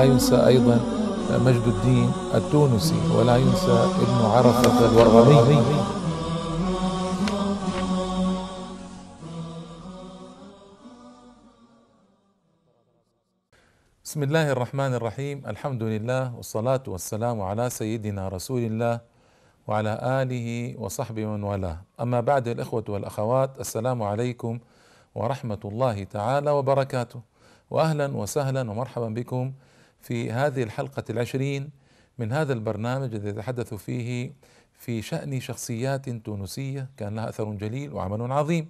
ولا ينسى أيضا مجد الدين التونسي، ولا ينسى ابن عرفة الورغمي. بسم الله الرحمن الرحيم، الحمد لله والصلاة والسلام على سيدنا رسول الله وعلى آله وصحبه ومن والاه، أما بعد. الإخوة والأخوات، السلام عليكم ورحمة الله تعالى وبركاته، وأهلا وسهلا ومرحبا بكم في هذه الحلقة 20 من هذا البرنامج الذي يتحدث فيه في شأن شخصيات تونسية كان لها أثر جليل وعمل عظيم.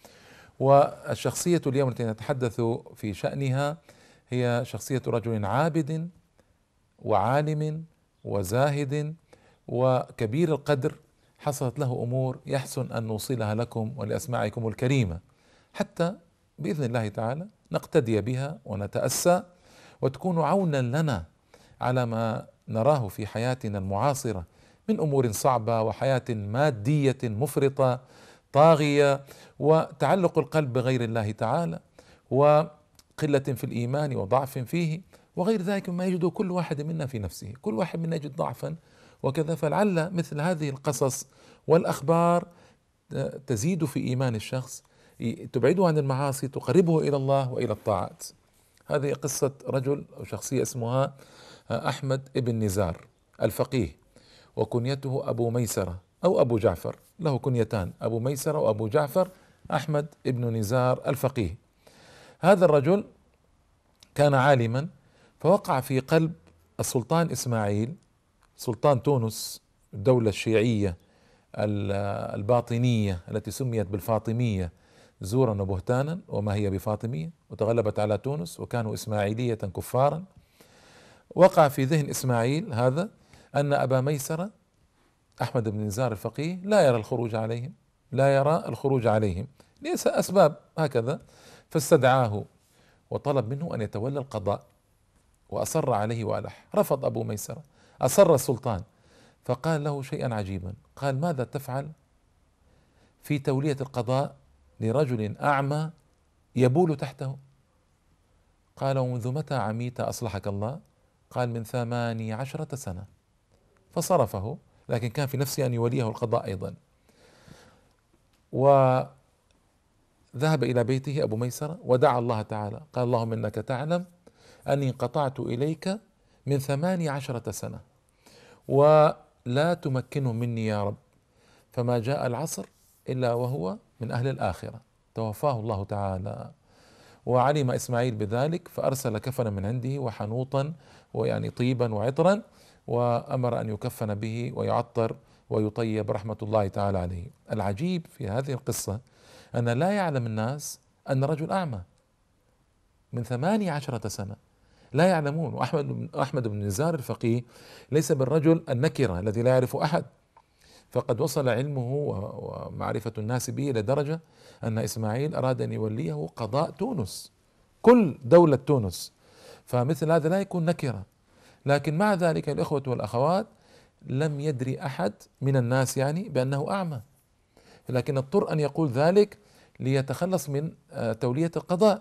والشخصية اليوم التي نتحدث في شأنها هي شخصية رجل عابد وعالم وزاهد وكبير القدر، حصلت له أمور يحسن أن نوصلها لكم ولأسماعكم الكريمة، حتى بإذن الله تعالى نقتدي بها ونتأسى وتكون عونا لنا على ما نراه في حياتنا المعاصرة من أمور صعبة وحياة مادية مفرطة طاغية وتعلق القلب بغير الله تعالى وقلة في الإيمان وضعف فيه وغير ذلك مما يجده كل واحد منا في نفسه. كل واحد منا يجد ضعفا وكذا، فلعل مثل هذه القصص والأخبار تزيد في إيمان الشخص، تبعده عن المعاصي، تقربه إلى الله وإلى الطاعات. هذه قصة رجل أو شخصية اسمها أحمد ابن نزار الفقيه، وكنيته أبو ميسرة أو أبو جعفر، له كنيتان، أبو ميسرة وأبو جعفر، أحمد ابن نزار الفقيه. هذا الرجل كان عالما، فوقع في قلب السلطان إسماعيل سلطان تونس، الدولة الشيعية الباطنية التي سميت بالفاطمية زورا وبهتانا، وما هي بفاطمية، وتغلبت على تونس وكانوا إسماعيلية كفارا. وقع في ذهن إسماعيل هذا أن أبا ميسرة أحمد بن نزار الفقيه لا يرى الخروج عليهم، لا يرى الخروج عليهم ليس أسباب هكذا، فاستدعاه وطلب منه أن يتولى القضاء، وأصر عليه وألح. رفض أبو ميسرة، أصر السلطان، فقال له شيئا عجيبا، قال: ماذا تفعل في تولية القضاء لرجل أعمى يبول تحته؟ قال: ومنذ متى عميت أصلحك الله؟ قال: من 18 سنة. فصرفه، لكن كان في نفسه أن يوليه القضاء أيضا. وذهب إلى بيته أبو ميسرة ودعا الله تعالى، قال: اللهم إنك تعلم أني انقطعت إليك من 18 سنة ولا تمكنه مني يا رب، فما جاء العصر إلا وهو من أهل الآخرة. توفاه الله تعالى، وعلم إسماعيل بذلك فأرسل كفنا من عنده وحنوطا ويعني طيبا وعطرا، وأمر أن يكفن به ويعطر ويطيب رحمة الله تعالى عليه. العجيب في هذه القصة أن لا يعلم الناس أن رجل أعمى من 18 سنة، لا يعلمون. وأحمد بن نزار الفقيه ليس بالرجل النكرة الذي لا يعرف أحد، فقد وصل علمه ومعرفة الناس به إلى درجة أن إسماعيل أراد أن يوليه قضاء تونس، كل دولة تونس، فمثل هذا لا يكون نكرة. لكن مع ذلك الإخوة والأخوات لم يدري أحد من الناس يعني بأنه أعمى، لكن اضطر أن يقول ذلك ليتخلص من تولية القضاء،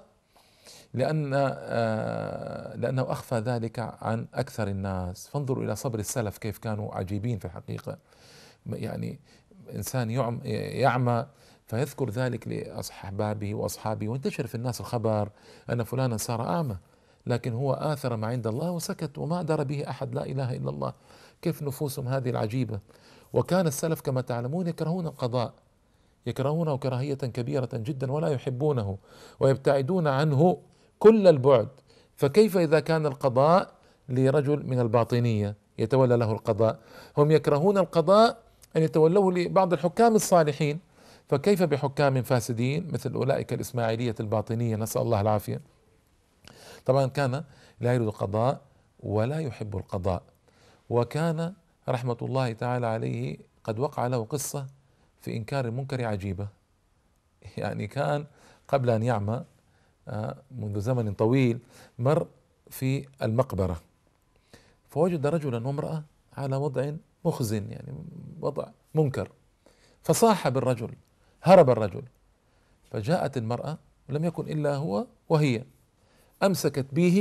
لأنه أخفى ذلك عن أكثر الناس. فانظروا إلى صبر السلف كيف كانوا عجيبين في الحقيقة. يعني إنسان يعمى فيذكر ذلك لأصحابه وأصحابه، وانتشر في الناس الخبر أن فلانا صار أعمى، لكن هو آثر ما عند الله وسكت وما درى به أحد. لا إله إلا الله، كيف نفوسهم هذه العجيبة. وكان السلف كما تعلمون يكرهون القضاء، يكرهونه كراهية كبيرة جدا ولا يحبونه ويبتعدون عنه كل البعد. فكيف إذا كان القضاء لرجل من الباطنية يتولى له القضاء؟ هم يكرهون القضاء أن يتولوه لبعض الحكام الصالحين، فكيف بحكام فاسدين مثل أولئك الإسماعيلية الباطنية، نسأل الله العافية. طبعا كان لا يريد القضاء ولا يحب القضاء، وكان رحمة الله تعالى عليه قد وقع له قصة في إنكار المنكر عجيبة. يعني كان قبل أن يعمى منذ زمن طويل مر في المقبرة، فوجد رجلا وامرأة على وضع مخزن، يعني وضع منكر، فصاح بالرجل، هرب الرجل، فجاءت المرأة ولم يكن إلا هو وهي، أمسكت به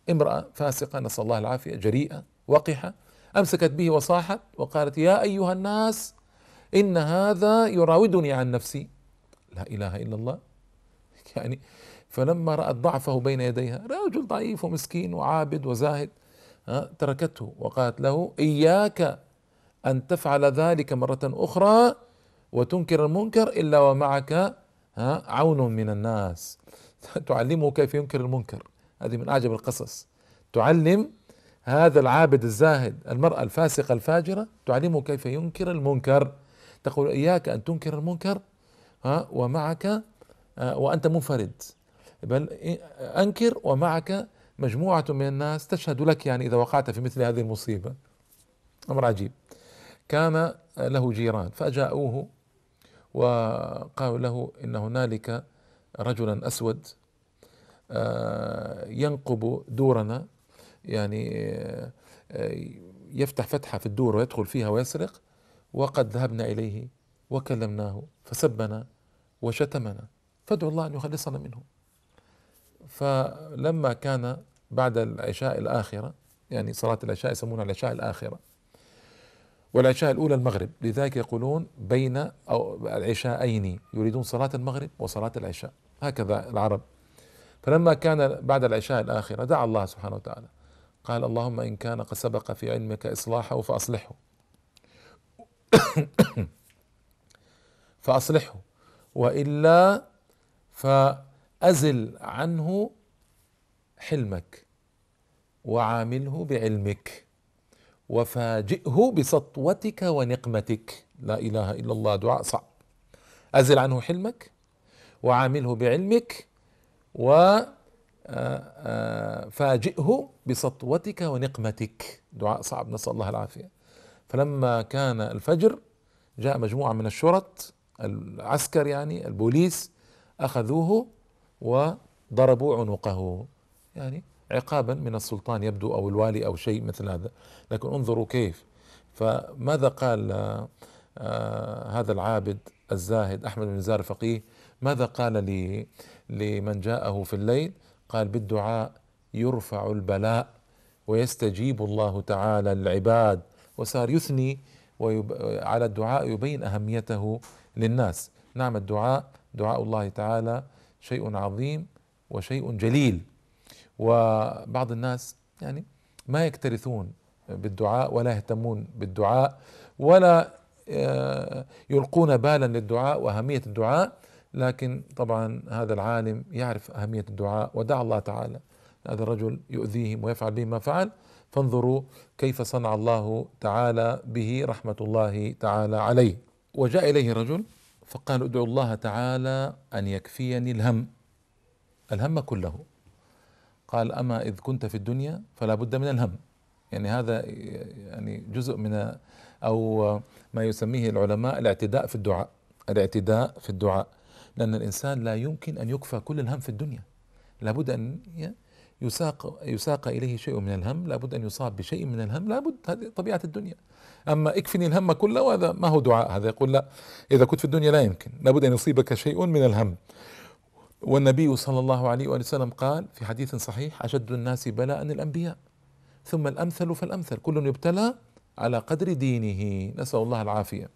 امرأة فاسقة نسأل الله العافية، جريئة وقحة، أمسكت به وصاحت وقالت يا أيها الناس إن هذا يراودني عن نفسي. لا إله إلا الله. يعني فلما رأت ضعفه بين يديها، رجل ضعيف ومسكين وعابد وزاهد، تركته وقالت له إياك أن تفعل ذلك مرة أخرى وتنكر المنكر إلا ومعك عون من الناس. تعلمه كيف ينكر المنكر. هذه من أعجب القصص. تعلم هذا العابد الزاهد المرأة الفاسقة الفاجرة، تعلمه كيف ينكر المنكر. تقول إياك أن تنكر المنكر ومعك وأنت منفرد، بل أنكر ومعك مجموعة من الناس تشهد لك، يعني إذا وقعت في مثل هذه المصيبة. أمر عجيب. كان له جيران فجاءوه وقالوا له إن هنالك رجلا أسود ينقب دورنا، يعني يفتح فتحة في الدور ويدخل فيها ويسرق، وقد ذهبنا إليه وكلمناه فسبنا وشتمنا، فادعوا الله أن يخلصنا منه. فلما كان بعد العشاء الآخرة، يعني صلاة العشاء يسمونها العشاء الآخرة، والعشاء الأولى المغرب، لذلك يقولون بين أو العشاءين، يريدون صلاة المغرب وصلاة العشاء، هكذا العرب. فلما كان بعد العشاء الآخرة دعا الله سبحانه وتعالى، قال اللهم إن كان قد سبق في علمك إصلاحه فأصلحه وإلا فأزل عنه حلمك وعامله بعلمك وفاجئه بسطوتك ونقمتك. لا إله إلا الله، دعاء صعب. أزل عنه حلمك وعامله بعلمك وفاجئه بسطوتك ونقمتك، دعاء صعب نسأل الله العافية. فلما كان الفجر جاء مجموعة من الشرط العسكر، يعني البوليس، أخذوه وضربوا عنقه، يعني عقابا من السلطان يبدو أو الوالي أو شيء مثل هذا. لكن انظروا كيف. فماذا قال هذا العابد الزاهد أحمد بن زار الفقيه؟ ماذا قال لمن جاءه في الليل؟ قال بالدعاء يرفع البلاء ويستجيب الله تعالى للعباد. وصار يثني على الدعاء، يبين أهميته للناس. نعم، الدعاء دعاء الله تعالى شيء عظيم وشيء جليل. وبعض الناس يعني ما يكترثون بالدعاء ولا يهتمون بالدعاء ولا يلقون بالا للدعاء وأهمية الدعاء. لكن طبعا هذا العالم يعرف أهمية الدعاء ودعا الله تعالى. هذا الرجل يؤذيهم ويفعل بهم ما فعل، فانظروا كيف صنع الله تعالى به رحمة الله تعالى عليه. وجاء إليه رجل فقال ادعو الله تعالى أن يكفيني الهم كله. قال أما إذ كنت في الدنيا فلا بد من الهم. يعني هذا يعني جزء من أو ما يسميه العلماء الاعتداء في الدعاء. الاعتداء في الدعاء، لأن الإنسان لا يمكن أن يكفى كل الهم في الدنيا، لابد أن يساق إليه شيء من الهم، لابد أن يصاب بشيء من الهم، لابد، هذه طبيعة الدنيا. أما اكفني الهم كله، وهذا ما هو دعاء، هذا يقول لا، إذا كنت في الدنيا لا يمكن، لابد أن يصيبك شيء من الهم. والنبي صلى الله عليه وآله وسلم قال في حديث صحيح أشد الناس بلاء الأنبياء ثم الأمثل فالأمثل كل يبتلى على قدر دينه، نسأل الله العافية.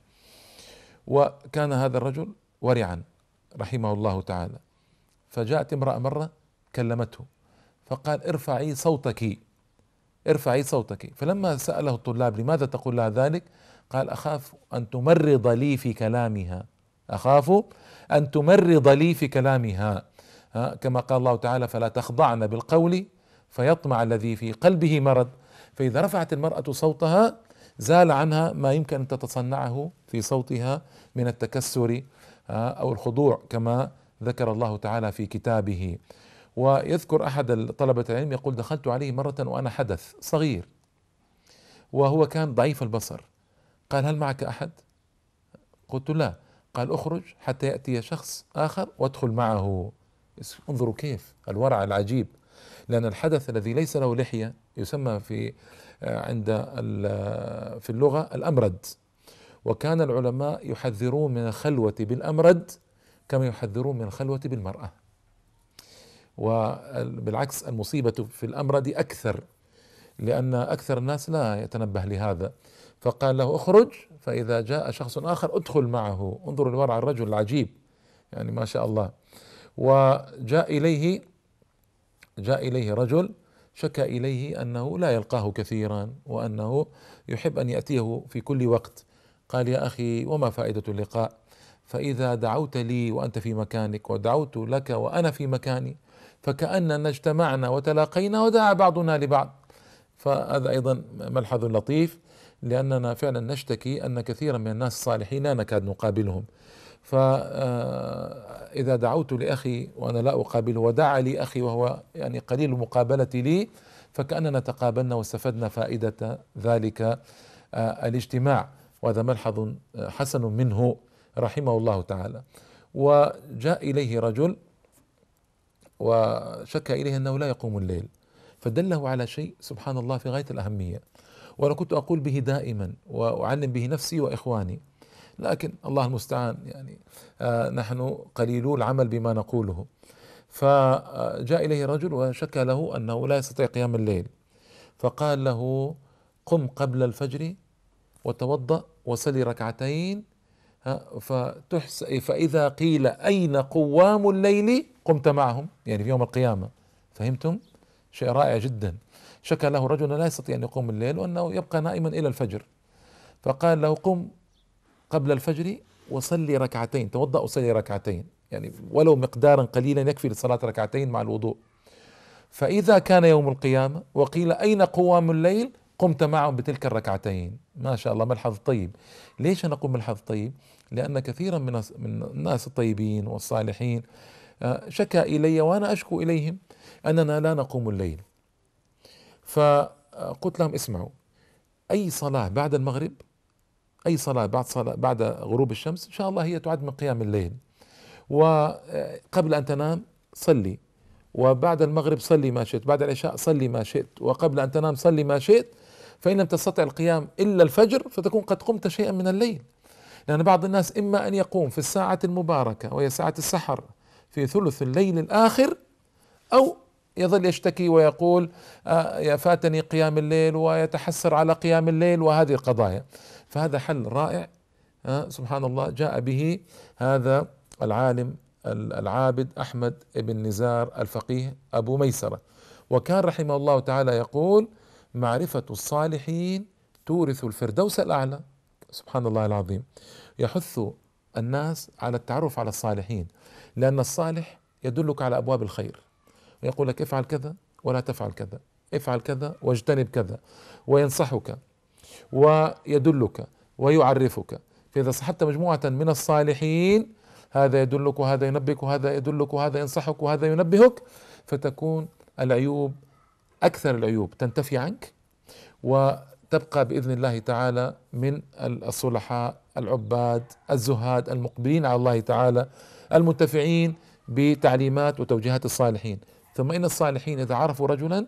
وكان هذا الرجل ورعا رحمه الله تعالى، فجاءت امرأة مرة كلمته فقال ارفعي صوتك، ارفعي صوتك. فلما سأله الطلاب لماذا تقول لها ذلك؟ قال أخاف أن تمرض لي في كلامها، أخاف أن تمرض لي في كلامها، كما قال الله تعالى فلا تخضعن بالقول فيطمع الذي في قلبه مرض. فإذا رفعت المرأة صوتها زال عنها ما يمكن أن تتصنعه في صوتها من التكسر أو الخضوع كما ذكر الله تعالى في كتابه. ويذكر أحد طلبة العلم يقول دخلت عليه مرة وأنا حدث صغير وهو كان ضعيف البصر، قال هل معك أحد؟ قلت لا. قال اخرج حتى يأتي شخص آخر وادخل معه. انظروا كيف الورع العجيب، لأن الحدث الذي ليس له لحية يسمى في اللغة الأمرد، وكان العلماء يحذرون من الخلوة بالأمرد كما يحذرون من الخلوة بالمرأة. وبالعكس المصيبة في الأمر دي أكثر، لأن أكثر الناس لا يتنبه لهذا. فقال له اخرج، فإذا جاء شخص آخر ادخل معه. انظروا لورع الرجل العجيب، يعني ما شاء الله. جاء إليه رجل شكى إليه أنه لا يلقاه كثيرا، وأنه يحب أن يأتيه في كل وقت. قال يا أخي وما فائدة اللقاء؟ فإذا دعوت لي وأنت في مكانك، ودعوت لك وأنا في مكاني، فكأننا اجتمعنا وتلاقينا ودعا بعضنا لبعض. فهذا أيضا ملحظ لطيف، لأننا فعلا نشتكي أن كثيرا من الناس الصالحين لا نكاد نقابلهم. فإذا دعوت لأخي وأنا لا أقابله، ودعا لي أخي وهو يعني قليل المقابلة لي، فكأننا تقابلنا واستفدنا فائدة ذلك الاجتماع. وهذا ملحظ حسن منه رحمه الله تعالى. وجاء إليه رجل وشكى إليه أنه لا يقوم الليل، فدله على شيء سبحان الله في غاية الأهمية، وأنا كنت أقول به دائما وأعلم به نفسي وإخواني، لكن الله المستعان، يعني نحن قليلو العمل بما نقوله. فجاء إليه رجل وشكى له أنه لا يستطيع قيام الليل، فقال له قم قبل الفجر وتوضأ وصلي ركعتين، فإذا قيل أين قوام الليل قمت معهم، يعني في يوم القيامة. فهمتم؟ شيء رائع جدا. شكى له رجل لا يستطيع أن يقوم الليل وأنه يبقى نائما إلى الفجر، فقال له قم قبل الفجر وصلي ركعتين، توضأ وصلي ركعتين، يعني ولو مقدارا قليلا يكفي لصلاة ركعتين مع الوضوء. فإذا كان يوم القيامة وقيل أين قوام الليل قمت معهم بتلك الركعتين. ما شاء الله، ملحظ طيب. ليش أنا أقول ملحظ طيب؟ لأن كثيرا من الناس الطيبين والصالحين شكى إلي وأنا أشكو إليهم أننا لا نقوم الليل. فقلت لهم اسمعوا، أي صلاة بعد المغرب، أي صلاة بعد غروب الشمس إن شاء الله هي تعد من قيام الليل. وقبل أن تنام صلي، وبعد المغرب صلي ما شئت، بعد العشاء صلي ما شئت، وقبل أن تنام صلي ما شئت. فإن لم تستطع القيام إلا الفجر فتكون قد قمت شيئا من الليل. لأن بعض الناس إما أن يقوم في الساعة المباركة وهي ساعة السحر في ثلث الليل الآخر، أو يظل يشتكي ويقول يا فاتني قيام الليل، ويتحسر على قيام الليل وهذه القضايا. فهذا حل رائع سبحان الله جاء به هذا العالم العابد أحمد بن نزار الفقيه أبو ميسرة. وكان رحمه الله تعالى يقول معرفة الصالحين تورث الفردوس الأعلى. سبحان الله العظيم. يحث الناس على التعرف على الصالحين، لأن الصالح يدلك على أبواب الخير، ويقول لك افعل كذا ولا تفعل كذا، افعل كذا واجتنب كذا، وينصحك ويدلك ويعرفك. فإذا صحبت مجموعة من الصالحين، هذا يدلك وهذا ينبهك وهذا يدلك وهذا ينصحك وهذا ينبهك، فتكون العيوب أكثر العيوب تنتفي عنك، وتبقى بإذن الله تعالى من الصلحاء العباد الزهاد المقبلين على الله تعالى المنتفعين بتعليمات وتوجيهات الصالحين. ثم إن الصالحين إذا عرفوا رجلا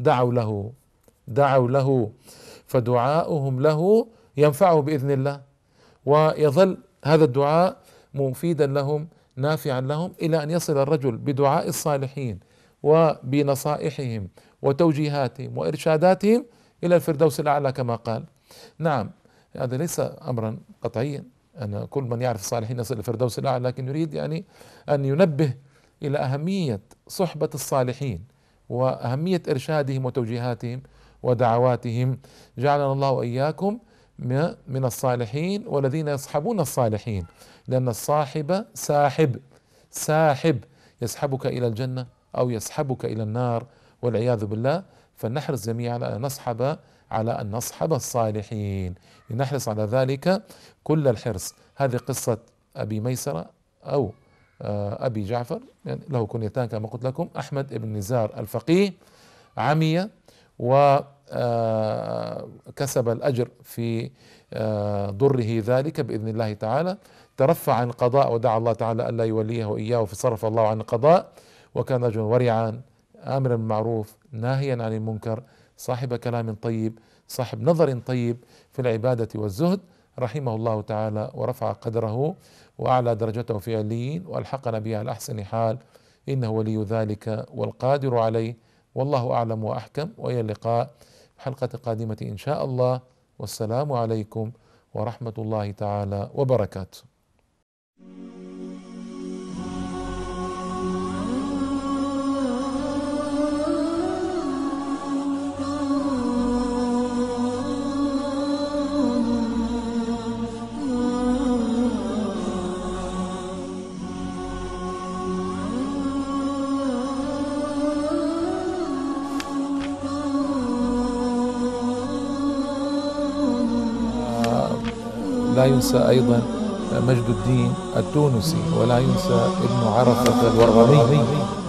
دعوا له فدعاؤهم له ينفعه بإذن الله، ويظل هذا الدعاء مفيدا لهم نافعا لهم إلى أن يصل الرجل بدعاء الصالحين وبنصائحهم وتوجيهاتهم وإرشاداتهم إلى الفردوس الأعلى كما قال. نعم، هذا ليس أمرا قطعيا أن كل من يعرف الصالحين يصل إلى الفردوس الأعلى، لكن يريد يعني أن ينبه إلى أهمية صحبة الصالحين وأهمية إرشادهم وتوجيهاتهم ودعواتهم. جعلنا الله وإياكم من الصالحين والذين يصحبون الصالحين، لأن الصاحب ساحب يسحبك إلى الجنة أو يسحبك إلى النار والعياذ بالله. فلنحرص جميعا على أن نصحب الصالحين، لنحرص على ذلك كل الحرص. هذه قصة أبي ميسرة أو أبي جعفر، يعني له كنيتان كما قلت لكم، أحمد بن نزار الفقيه، عمي وكسب الأجر في ضره ذلك بإذن الله تعالى. ترفع عن القضاء ودعا الله تعالى ألا يوليه وإياه، فصرف الله عن القضاء. وكان رجلا ورعا آمرا بالمعروف ناهيا عن المنكر، صاحب كلام طيب، صاحب نظر طيب في العبادة والزهد، رحمه الله تعالى ورفع قدره وأعلى درجته في عليين، وألحقنا به على أحسن حال إنه ولي ذلك والقادر عليه، والله أعلم وأحكم. وإلى اللقاء في حلقة قادمة إن شاء الله، والسلام عليكم ورحمة الله تعالى وبركاته. لا ينسى أيضا مجد الدين التونسي، ولا ينسى ابن عرفة الورغمي.